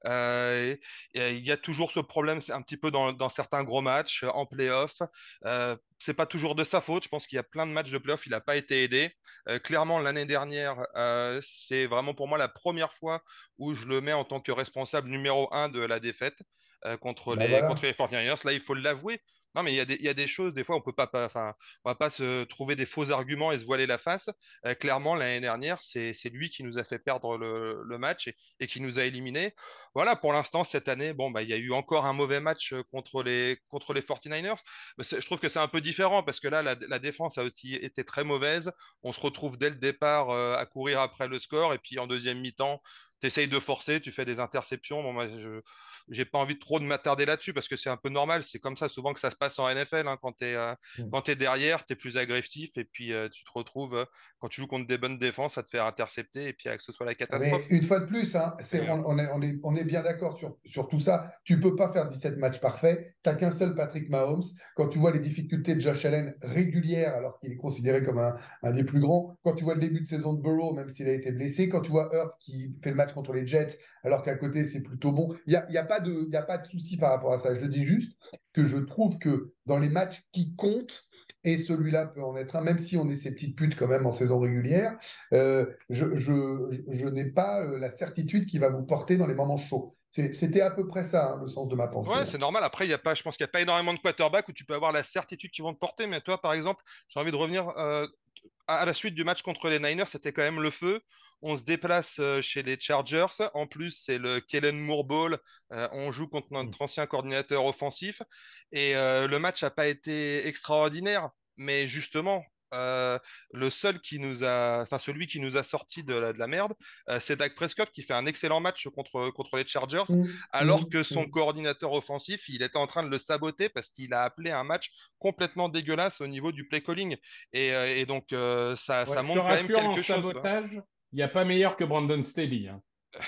Euh, et, et il y a toujours ce problème, c'est un petit peu dans, dans certains gros matchs, euh, en playoff. Euh, c'est pas toujours de sa faute. Je pense qu'il y a plein de matchs de playoff, il n'a pas été aidé. Euh, clairement, l'année dernière, euh, c'est vraiment pour moi la première fois où je le mets en tant que responsable numéro un de la défaite euh, contre Ben les, contre voilà. les forty-niners. Là, il faut l'avouer. Non, mais il y a des, il y a des choses, des fois, on peut pas, pas- enfin, on va pas se trouver des faux arguments et se voiler la face. Euh, clairement, l'année dernière, c'est, c'est lui qui nous a fait perdre le, le match et, et qui nous a éliminés. Voilà, pour l'instant, cette année, bon, bah, il y a eu encore un mauvais match euh, contre les, contre les forty-niners. Mais c'est- je trouve que c'est un peu différent parce que là, la, la défense a aussi été très mauvaise. On se retrouve dès le départ euh, à courir après le score et puis en deuxième mi-temps, tu essayes de forcer, tu fais des interceptions. Bon, moi, je j'ai pas envie de trop de m'attarder là-dessus parce que c'est un peu normal. C'est comme ça souvent que ça se passe en N F L, hein. Quand tu es, quand t'es derrière, tu es plus agressif et puis euh, tu te retrouves, euh, quand tu joues contre des bonnes défenses, à te faire intercepter et puis euh, que ce soit la Mais catastrophe. une fois de plus, hein, c'est, Mais, euh, on, on est, on, est, on est bien d'accord sur, sur tout ça. Tu ne peux pas faire dix-sept matchs parfaits. Tu n'as qu'un seul Patrick Mahomes. Quand tu vois les difficultés de Josh Allen régulières, alors qu'il est considéré comme un, un des plus grands, quand tu vois le début de saison de Burrow, même s'il a été blessé, quand tu vois Hurts qui fait le match contre les Jets, alors qu'à côté, c'est plutôt bon, il n'y a, y a pas de, y a pas de souci par rapport à ça. Je le dis juste que je trouve que dans les matchs qui comptent, et celui-là peut en être un, même si on est ces petites putes quand même en saison régulière, euh, je, je, je n'ai pas euh, la certitude qu'il va vous porter dans les moments chauds. C'est- C'était à peu près ça, hein, le sens de ma pensée, ouais, hein. c'est normal. Après, il y a pas, je pense qu'il n'y a pas énormément de quarterbacks où tu peux avoir la certitude qu'ils vont te porter. Mais toi, par exemple, j'ai envie de revenir euh, à, à la suite du match contre les Niners, c'était quand même le feu. On se déplace euh, chez les Chargers. En plus, c'est le Kellen Moore Bowl. Euh, on joue contre notre ancien coordinateur offensif. Et euh, le match n'a pas été extraordinaire. Mais justement, euh, le seul qui nous a, enfin celui qui nous a sorti de la, de la merde, euh, c'est Dak Prescott qui fait un excellent match contre, contre les Chargers, Mmh, alors mmh, que son mmh. coordinateur offensif, il était en train de le saboter parce qu'il a appelé un match complètement dégueulasse au niveau du play calling. Et, euh, et donc, euh, ça, Ouais, ça je te montre quand même rassure, en quelque chose, tu vois. sabotage, il n'y a pas meilleur que Brandon Staley, hein.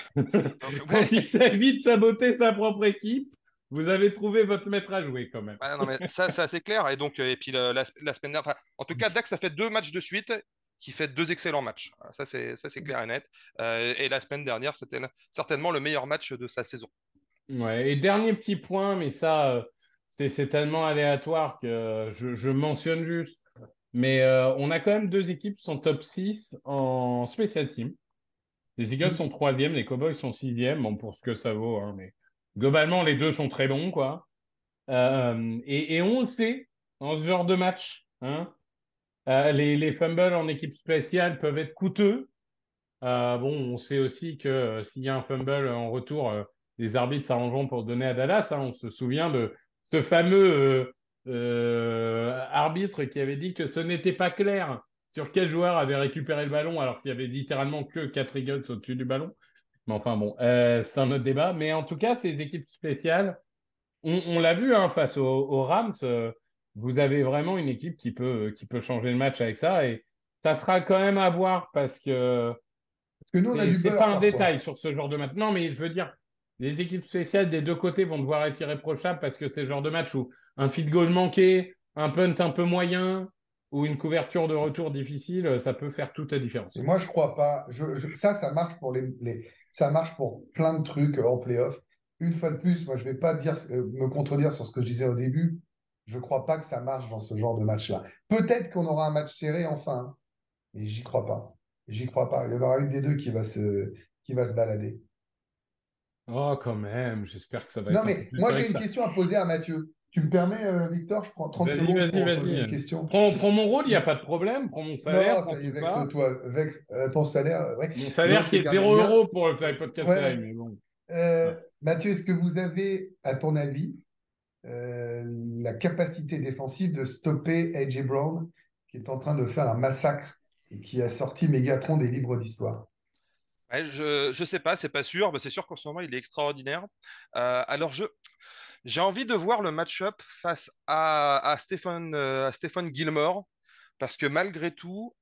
Donc, ouais, Quand il sait vite saboter sa propre équipe, vous avez trouvé votre maître à jouer quand même. ouais, non, mais ça, c'est assez clair. Et donc, euh, et puis le- la, la semaine dernière, enfin, en tout cas, Dax a fait deux matchs de suite qui fait deux excellents matchs. Voilà, ça, c'est, ça, c'est clair et net. Euh, et la semaine dernière, c'était certainement le meilleur match de sa saison. Ouais, et dernier petit point, mais ça, euh, c'est c'est tellement aléatoire que euh, je, je mentionne juste. Mais euh, on a quand même deux équipes qui sont top six en special team. Les Eagles sont Mmh. troisième, les Cowboys sont sixième, bon, pour ce que ça vaut, hein, mais globalement, les deux sont très bons, quoi. Euh, et, et on le sait, en ce genre de match, hein, euh, les, les fumbles en équipe spéciale peuvent être coûteux. Euh, bon, on sait aussi que euh, s'il y a un fumble en retour, euh, les arbitres s'arrangeront pour le donner à Dallas, hein. On se souvient de ce fameux euh, euh, arbitre qui avait dit que ce n'était pas clair sur quel joueur avait récupéré le ballon alors qu'il y avait littéralement que quatre Eagles au-dessus du ballon. Mais enfin bon, euh, c'est un autre débat. Mais en tout cas, ces équipes spéciales, on, on l'a vu hein, face aux, aux Rams, euh, vous avez vraiment une équipe qui peut, qui peut changer le match avec ça. Et ça sera quand même à voir parce que Parce que nous, on a c'est, du c'est pas beurre un parfois. détail sur ce genre de match. Non, mais je veux dire, les équipes spéciales des deux côtés vont devoir être irréprochables parce que c'est le genre de match où un field goal manqué, un punt un peu moyen ou une couverture de retour difficile, ça peut faire toute la Et différence. moi, je crois pas. Je, je- ça, ça marche pour les, les- ça marche pour plein de trucs euh, en playoff. Une fois de plus, moi, je vais pas dire, euh, me contredire sur ce que je disais au début. Je crois pas que ça marche dans ce genre de match-là. Peut-être qu'on aura un match serré enfin, hein, mais j'y crois pas. J'y crois pas. Il y en aura une des deux qui va se, qui va se balader. Oh, quand même, j'espère que ça va Non, être un peu mais plus moi, serré j'ai que une ça. question à poser à Mathieu. Tu me permets, euh, Victor, je prends trente Vas-y, secondes vas-y, pour poser une vas-y. question. Prends, prends mon rôle, il n'y a pas de problème. Prends mon salaire, Non, prends ça y est, tout ça. vexe-toi. Vexe, euh, ton salaire, euh, ouais. Mon Non, salaire je qui te est garde zéro bien. euros pour le Fly Podcast Live, Ouais. mais bon. Euh, Ouais. Mathieu, est-ce que vous avez, à ton avis, euh, la capacité défensive de stopper A J Brown, qui est en train de faire un massacre et qui a sorti Megatron des livres d'histoire? Ouais, je, je sais pas, c'est pas sûr. Bah, c'est sûr qu'en ce moment, il est extraordinaire. Euh, alors, je, j'ai envie de voir le match-up face à, à Stephen, euh, à Stephen Gilmore. Parce que malgré tout,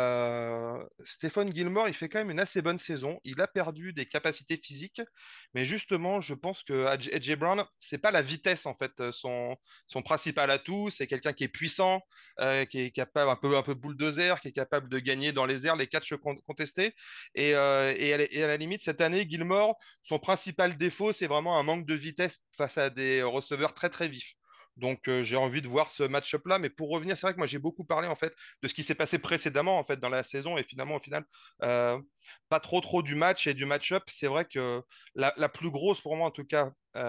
euh, Stephen Gilmore, il fait quand même une assez bonne saison. Il a perdu des capacités physiques, mais justement, je pense que A J Brown, c'est pas la vitesse en fait son, son principal atout. C'est quelqu'un qui est puissant, euh, qui est capable un peu un peu bulldozer, qui est capable de gagner dans les airs les catchs con- contestés. Et, euh, et, à la, et à la limite, cette année, Gilmore, son principal défaut, c'est vraiment un manque de vitesse face à des receveurs très très vifs. Donc euh, j'ai envie de voir ce match-up là, mais pour revenir, c'est vrai que moi j'ai beaucoup parlé en fait de ce qui s'est passé précédemment en fait dans la saison et finalement au final euh, pas trop trop du match et du match-up. C'est vrai que la, la plus grosse pour moi en tout cas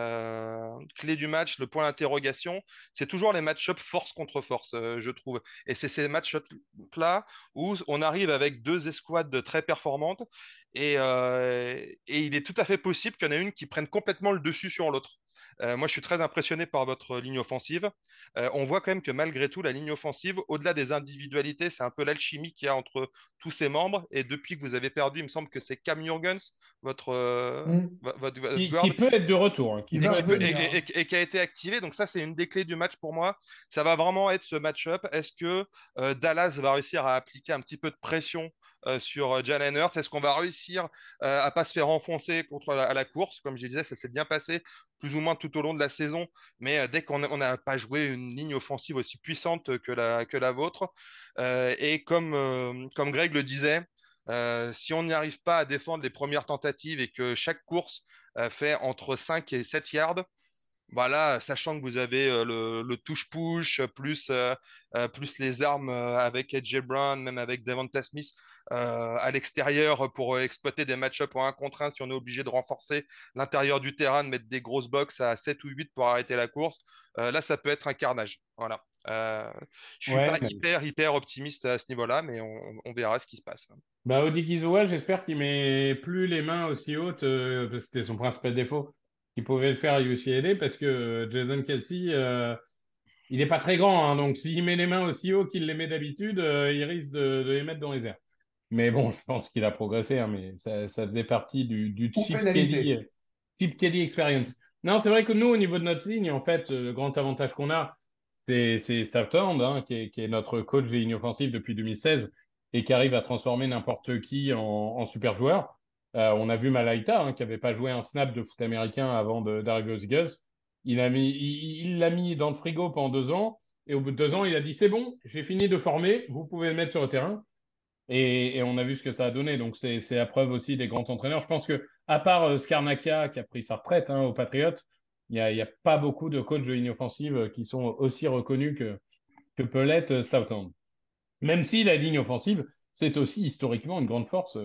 euh, clé du match, le point d'interrogation, c'est toujours les match-up force contre force, euh, je trouve. Et c'est ces match-up là où on arrive avec deux escouades très performantes et, euh, et il est tout à fait possible qu'il y en ait une qui prenne complètement le dessus sur l'autre. Euh, moi, je suis très impressionné par votre ligne offensive. Euh, on voit quand même que malgré tout, la ligne offensive, au-delà des individualités, c'est un peu l'alchimie qu'il y a entre tous ses membres. Et depuis que vous avez perdu, il me semble que c'est Cam Jurgens, votre, euh, Hmm. vo- votre, votre Qui, qui guard, peut être de retour, hein, qui Il et va peut qui, être de peut, et, revenir, retour. hein. et- et qui a été activé. Donc ça, c'est une des clés du match pour moi. Ça va vraiment être ce match-up. Est-ce que euh, Dallas va réussir à appliquer un petit peu de pression euh, sur euh, Jalen Hurts? Est-ce qu'on va réussir euh, à pas se faire enfoncer contre la, à la course? Comme je disais, ça s'est bien passé plus ou moins tout au long de la saison. Mais euh, dès qu'on n'a on n'a pas joué une ligne offensive aussi puissante que la, que la vôtre, euh, et comme, euh, comme Greg le disait, euh, si on n'y arrive pas à défendre les premières tentatives et que chaque course euh, fait entre cinq et sept yards, voilà, sachant que vous avez euh, le, le touche-push, plus, euh, euh, plus les armes euh, avec A J Brown, même avec Devonta Smith euh, à l'extérieur pour euh, exploiter des match-ups en un contre un si on est obligé de renforcer l'intérieur du terrain, de mettre des grosses box à sept ou huit pour arrêter la course, euh, là, ça peut être un carnage. Voilà. Euh, je suis pas Ouais, mais hyper, hyper optimiste à ce niveau-là, mais on, on verra ce qui se passe. bah, Odigizua, j'espère qu'il met plus les mains aussi hautes, euh, parce que c'était son principal défaut, qu'il pouvait le faire à U C L A, parce que euh, Jason Kelsey, euh, il n'est pas très grand, hein, donc s'il met les mains aussi haut qu'il les met d'habitude, euh, il risque de, de les mettre dans les airs. Mais bon, je pense qu'il a progressé, hein, mais ça, ça faisait partie du, du Ou Chip Kelly, pénalité. euh, Chip Kelly Experience. Non, c'est vrai que nous, au niveau de notre ligne, en fait, euh, le grand avantage qu'on a, c'est c'est Stafford, hein, qui est, qui est notre coach de ligne offensive depuis deux mille seize et qui arrive à transformer n'importe qui en, en super joueur. Euh, on a vu Malaita, hein, qui n'avait pas joué un snap de foot américain avant de- d'arriver aux Eagles. Il a mis, il il l'a mis dans le frigo pendant deux ans. Et au bout de deux ans, il a dit, c'est bon, j'ai fini de former, vous pouvez le mettre sur le terrain. Et, et on a vu ce que ça a donné. Donc, c'est c'est la preuve aussi des grands entraîneurs. Je pense que, à part euh, Skarnakia, qui a pris sa retraite hein, aux Patriots, il n'y a, il y a pas beaucoup de coachs de ligne offensive euh, qui sont aussi reconnus que, que peut l'être euh, Stoughton. Même si la ligne offensive, c'est aussi historiquement une grande force. euh.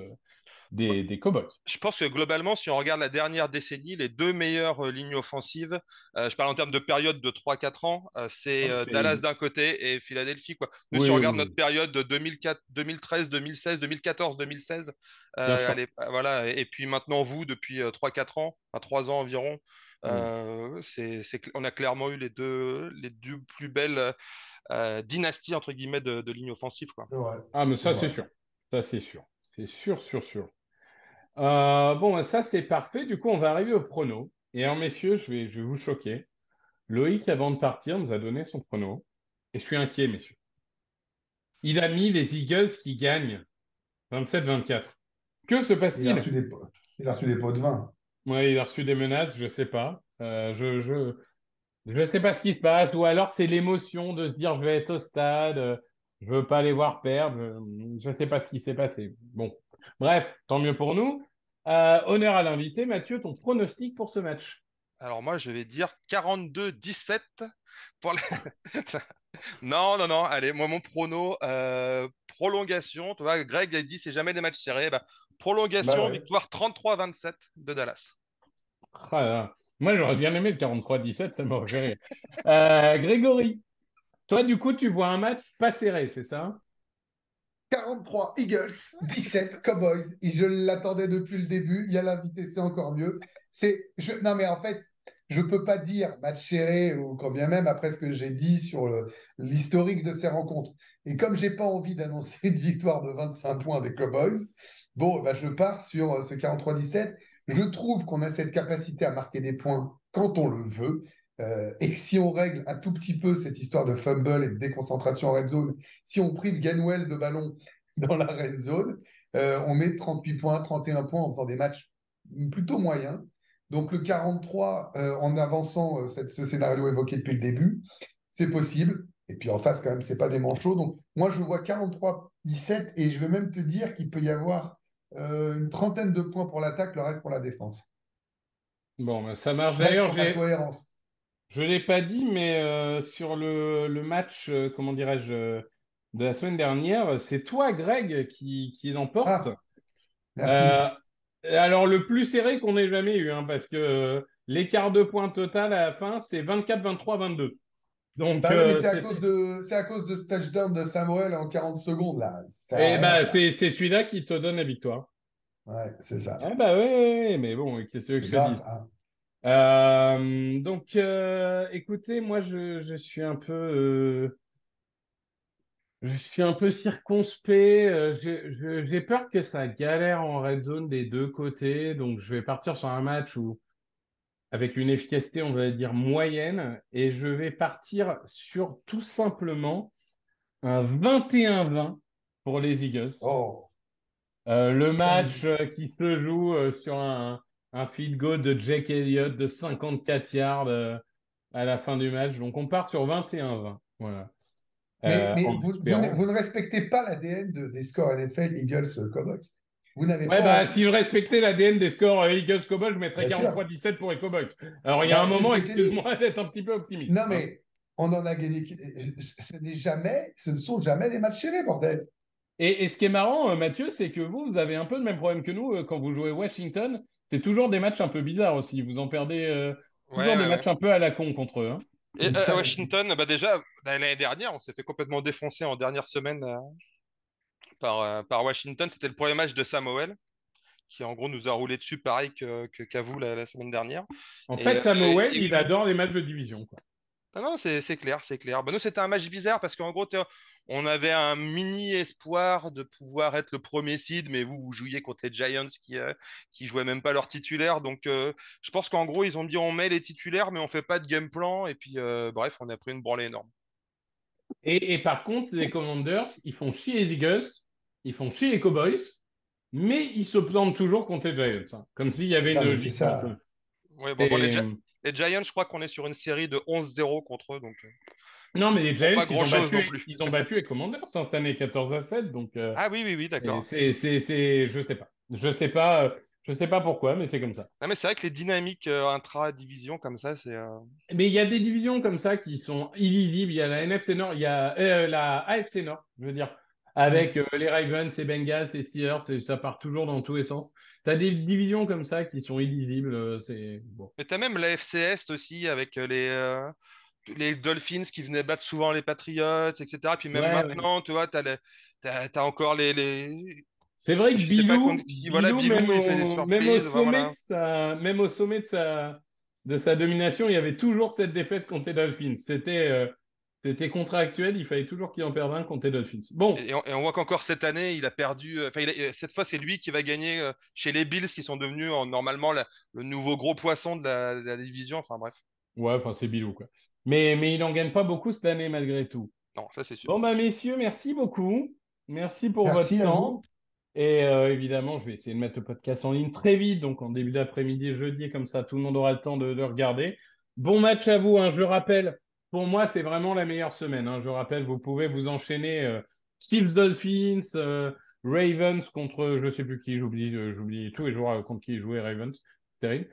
des, des Cowboys. Je pense que globalement, si on regarde la dernière décennie, les deux meilleures euh, lignes offensives, euh, je parle en termes de période de trois quatre ans, euh, c'est Ah, euh, Dallas c'est- d'un côté et Philadelphie, quoi. Nous, si on Oui, oui, regarde notre oui, période de deux mille quatre, deux mille treize, deux mille seize, deux mille quatorze, deux mille seize, bien euh, sûr. allez, euh, voilà, et, et puis maintenant vous, depuis euh, trois quatre ans, à trois ans environ, Mm. euh, c'est, c'est, cl- on a clairement eu les deux, les deux plus belles euh, dynasties, entre guillemets, de, de lignes offensives, quoi. C'est vrai. Ah, mais C'est ça, c'est vrai. sûr. Ça, c'est sûr. C'est sûr, sûr, sûr. Euh, bon, ben, ça, c'est parfait. Du coup, on va arriver au prono. Et alors, messieurs, je vais, je vais vous choquer. Loïc, avant de partir, nous a donné son prono. Et je suis inquiet, messieurs. Il a mis les Eagles qui gagnent vingt-sept vingt-quatre. Que se Il a passe-t-il? reçu des, pots- il a reçu des pots de vin. Ouais, il a reçu des menaces, je sais pas. Euh, je, je, je sais pas ce qui se passe. Ou alors, c'est l'émotion de se dire, je vais être au stade, euh, je veux pas les voir perdre. Je, je sais pas ce qui s'est passé. Bon. Bref, tant mieux pour nous. Euh, honneur à l'invité. Mathieu, ton pronostic pour ce match? Alors moi, je vais dire quarante-deux dix-sept pour la... Non, non, non. Allez, moi, mon prono, euh, prolongation. Tu vois, Greg a dit c'est jamais des matchs serrés. Bah, Bah prolongation, ouais. victoire trente-trois vingt-sept de Dallas. Ah là. Moi, j'aurais bien aimé le quarante-trois dix-sept, ça m'aurait fait rire. Euh, Grégory, toi, du coup, tu vois un match pas serré, c'est ça? quarante-trois Eagles, dix-sept Cowboys. Et je l'attendais depuis le début. Il y a l'invité, c'est encore mieux. C'est, je, non, mais en fait, je ne peux pas dire match serré ou quand bien même après ce que j'ai dit sur le- l'historique de ces rencontres. Et comme j'ai pas envie d'annoncer une victoire de vingt-cinq points des Cowboys, bon, bah, je pars sur euh, ce quarante-trois dix-sept. Je trouve qu'on a cette capacité à marquer des points quand on le veut. Euh, et que si on règle un tout petit peu cette histoire de fumble et de déconcentration en red zone, si on prive Gainwell de ballon dans la red zone, euh, on met trente-huit points, trente et un points en faisant des matchs plutôt moyens. Donc le quarante-trois, euh, en avançant euh, cette- ce scénario évoqué depuis le début, c'est possible. Et puis en face, quand même, c'est pas des manchots. Donc moi, je vois quarante-trois dix-sept et je vais même te dire qu'il peut y avoir euh, une trentaine de points pour l'attaque, le reste pour la défense. Bon, ben, ça marche. Bref, D'ailleurs, pour la j'ai, cohérence. je l'ai pas dit, mais euh, sur le, le match, euh, comment dirais-je, euh, de la semaine dernière, c'est toi, Greg, qui, qui l'emporte. Ah, merci. Euh, alors, le plus serré qu'on ait jamais eu, hein, parce que euh, l'écart de points total à la fin, c'est vingt-quatre vingt-trois vingt-deux. Donc, Bah oui, mais euh, c'est à cause c'était. de, c'est à cause de ce touchdown de Samuel en quarante secondes, là. Ça sert à Et rien, ben, ça. c'est c'est celui-là qui te donne la victoire. Ouais, c'est ça. Ah bah ouais, ouais, ouais, mais bon, qu'est-ce que C'est je te grâce dis? à. Euh, donc, euh, écoutez, moi, je, je suis un peu, euh, je suis un peu circonspect. euh, je- je- j'ai peur que ça galère en red zone des deux côtés. Donc, je vais partir sur un match où, avec une efficacité, on va dire moyenne, et je vais partir sur tout simplement un vingt et un vingt pour les Eagles. Oh, Euh, le match magnifique. euh, qui se joue euh, sur un, un field goal de Jake Elliott de cinquante-quatre yards euh, à la fin du match. Donc on part sur vingt et un vingt. Voilà. Mais, Euh, mais en vous, vous, ne, espérant. vous ne respectez pas l'A D N de- des scores N F L Eagles-Cowboys. Vous n'avez Ouais, pas bah envie. si je respectais l'A D N des scores euh, Eagles Cowboys, je mettrais Bien sûr. quarante-trois dix-sept pour les Cowboys. Alors il y a un Bah, c'est ce moment, que je t'ai dit. excuse-moi d'être un petit peu optimiste. Non, Hein. mais on en a gagné. Ce n'est jamais, ce ne sont jamais des matchs serrés, bordel. Et, et ce qui est marrant, euh, Mathieu, c'est que vous, vous avez un peu le même problème que nous euh, quand vous jouez Washington. C'est toujours des matchs un peu bizarres aussi. Vous en perdez euh, Ouais, toujours des ouais, ouais. matchs un peu à la con contre eux. Hein. Et Mais euh, à ça, Washington, bah déjà, bah, l'année dernière, on s'est fait complètement défoncer en dernière semaine euh, par, euh, par Washington. C'était le premier match de Samuel, qui en gros nous a roulé dessus pareil que, que- qu'à vous la, la semaine dernière. En Et, fait, euh, Samuel, et oui, il oui. adore les matchs de division, quoi. Ah non, c'est c'est clair, c'est clair. Bah, nous, c'était un match bizarre parce qu'en gros, t'es- on avait un mini espoir de pouvoir être le premier seed, mais vous, vous jouiez contre les Giants qui, euh, qui jouaient même pas leurs titulaires. Donc, euh, je pense qu'en gros, ils ont dit on met les titulaires, mais on fait pas de game plan. Et puis, euh, bref, on a pris une branlée énorme. Et, et par contre, les Commanders, ils font chier les Eagles, ils font chier les Cowboys, mais ils se plantent toujours contre les Giants. Hein. Comme s'il y avait une non, mais c'est logique. Donc, euh, Ouais, ouais, bon, bon, les, c'est- Gi- les Giants, je crois qu'on est sur une série de onze zéro contre eux, donc euh, non, mais les bon, Giants, pas ils ont grand-chose non battu, plus. ils ont battu les Commanders hein, cette année quatorze à sept. Donc, euh, Ah oui, oui, oui, et d'accord. c'est, c'est, c'est, je sais pas. Je sais pas, euh, je sais pas pourquoi, mais c'est comme ça. Ah, mais c'est vrai que les dynamiques euh, intra-division comme ça, c'est. euh, Mais il y a des divisions comme ça qui sont illisibles. Il y a la N F C Nord, il y a euh, la A F C Nord, je veux dire. avec euh, les Ravens, les Bengals, les Steelers, et ça part toujours dans tous les sens. Tu as des divisions comme ça qui sont illisibles. euh, C'est bon. Mais t'as même la F C Est aussi avec euh, les, euh, les Dolphins qui venaient battre souvent les Patriots, et cetera. Puis même Ouais, ouais. maintenant, tu vois, t'as, les- t'as, t'as encore les, les... C'est vrai que Je sais pas Bilou, contre qui. Voilà, Bilou, même Bilou, il fait des au, même au surprises. Enfin, sommet voilà. de sa, même au sommet de sa, de sa domination, il y avait toujours cette défaite contre les Dolphins. C'était, euh, c'était contractuel, il fallait toujours qu'il en perde un contre les Dolphins. Bon, Et on, et on voit qu'encore cette année, il a perdu. euh, Enfin, il a- euh, cette fois, c'est lui qui va gagner euh, chez les Bills, qui sont devenus euh, normalement la- le nouveau gros poisson de la, de la division. Enfin, bref. ouais, enfin, c'est Bilou, quoi. Mais, mais il n'en gagne pas beaucoup cette année, malgré tout. Non, ça, c'est sûr. Bon, bah, messieurs, merci beaucoup. Merci pour votre Merci à vous. temps. Et euh, évidemment, je vais essayer de mettre le podcast en ligne très vite, donc en début d'après-midi, jeudi, comme ça, tout le monde aura le temps de, de regarder. Bon match à vous, hein, je le rappelle. Pour moi, c'est vraiment la meilleure semaine. Hein. Je rappelle, vous pouvez vous enchaîner euh, Chiefs Dolphins, euh, Ravens contre, je sais plus qui, j'oublie, euh, j'oublie tous les jours euh, contre qui jouait Ravens. C'est terrible.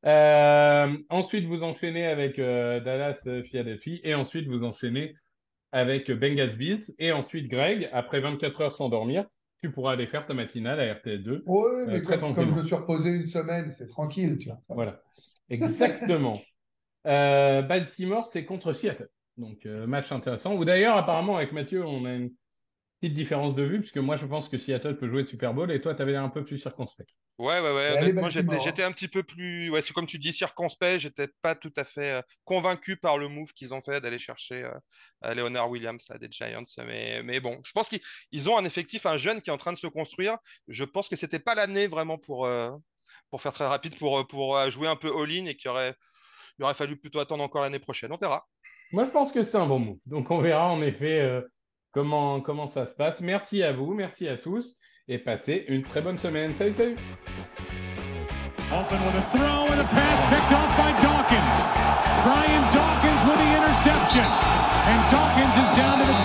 Euh, ensuite, vous enchaînez avec euh, Dallas, euh, Philadelphie, et ensuite vous enchaînez avec Bengals Bills, et ensuite Greg, après vingt-quatre heures sans dormir, tu pourras aller faire ta matinale à R T L deux Oui, euh, mais très comme, comme je me tranquillement. suis reposé une semaine, c'est tranquille, tu vois. Ça va. Voilà, exactement. Euh, Baltimore, c'est contre Seattle. Donc, euh, match intéressant. Ou d'ailleurs, apparemment, avec Mathieu, on a une petite différence de vue, puisque moi, je pense que Seattle peut jouer le Super Bowl, et toi, tu avais l'air un peu plus circonspect. Ouais, ouais, ouais. Et allez, Honnêtement, j'étais, j'étais Baltimore. un petit peu plus. Ouais, c'est comme tu dis, circonspect. J'étais pas tout à fait euh, convaincu par le move qu'ils ont fait d'aller chercher euh, euh, Leonard Williams là, des Giants. Mais, mais bon, je pense qu'ils ils ont un effectif, un jeune qui est en train de se construire. Je pense que c'était pas l'année vraiment pour, euh, pour faire très rapide, pour, pour euh, jouer un peu all-in et qu'il aurait, il aurait fallu plutôt attendre encore l'année prochaine. On verra. Moi, je pense que c'est un bon move. Donc, on verra en effet euh, comment, comment ça se passe. Merci à vous, merci à tous, et passez une très bonne semaine. Salut, salut! Open with a throw and a pass picked off by Dawkins. Brian Dawkins with the interception. And Dawkins is down to the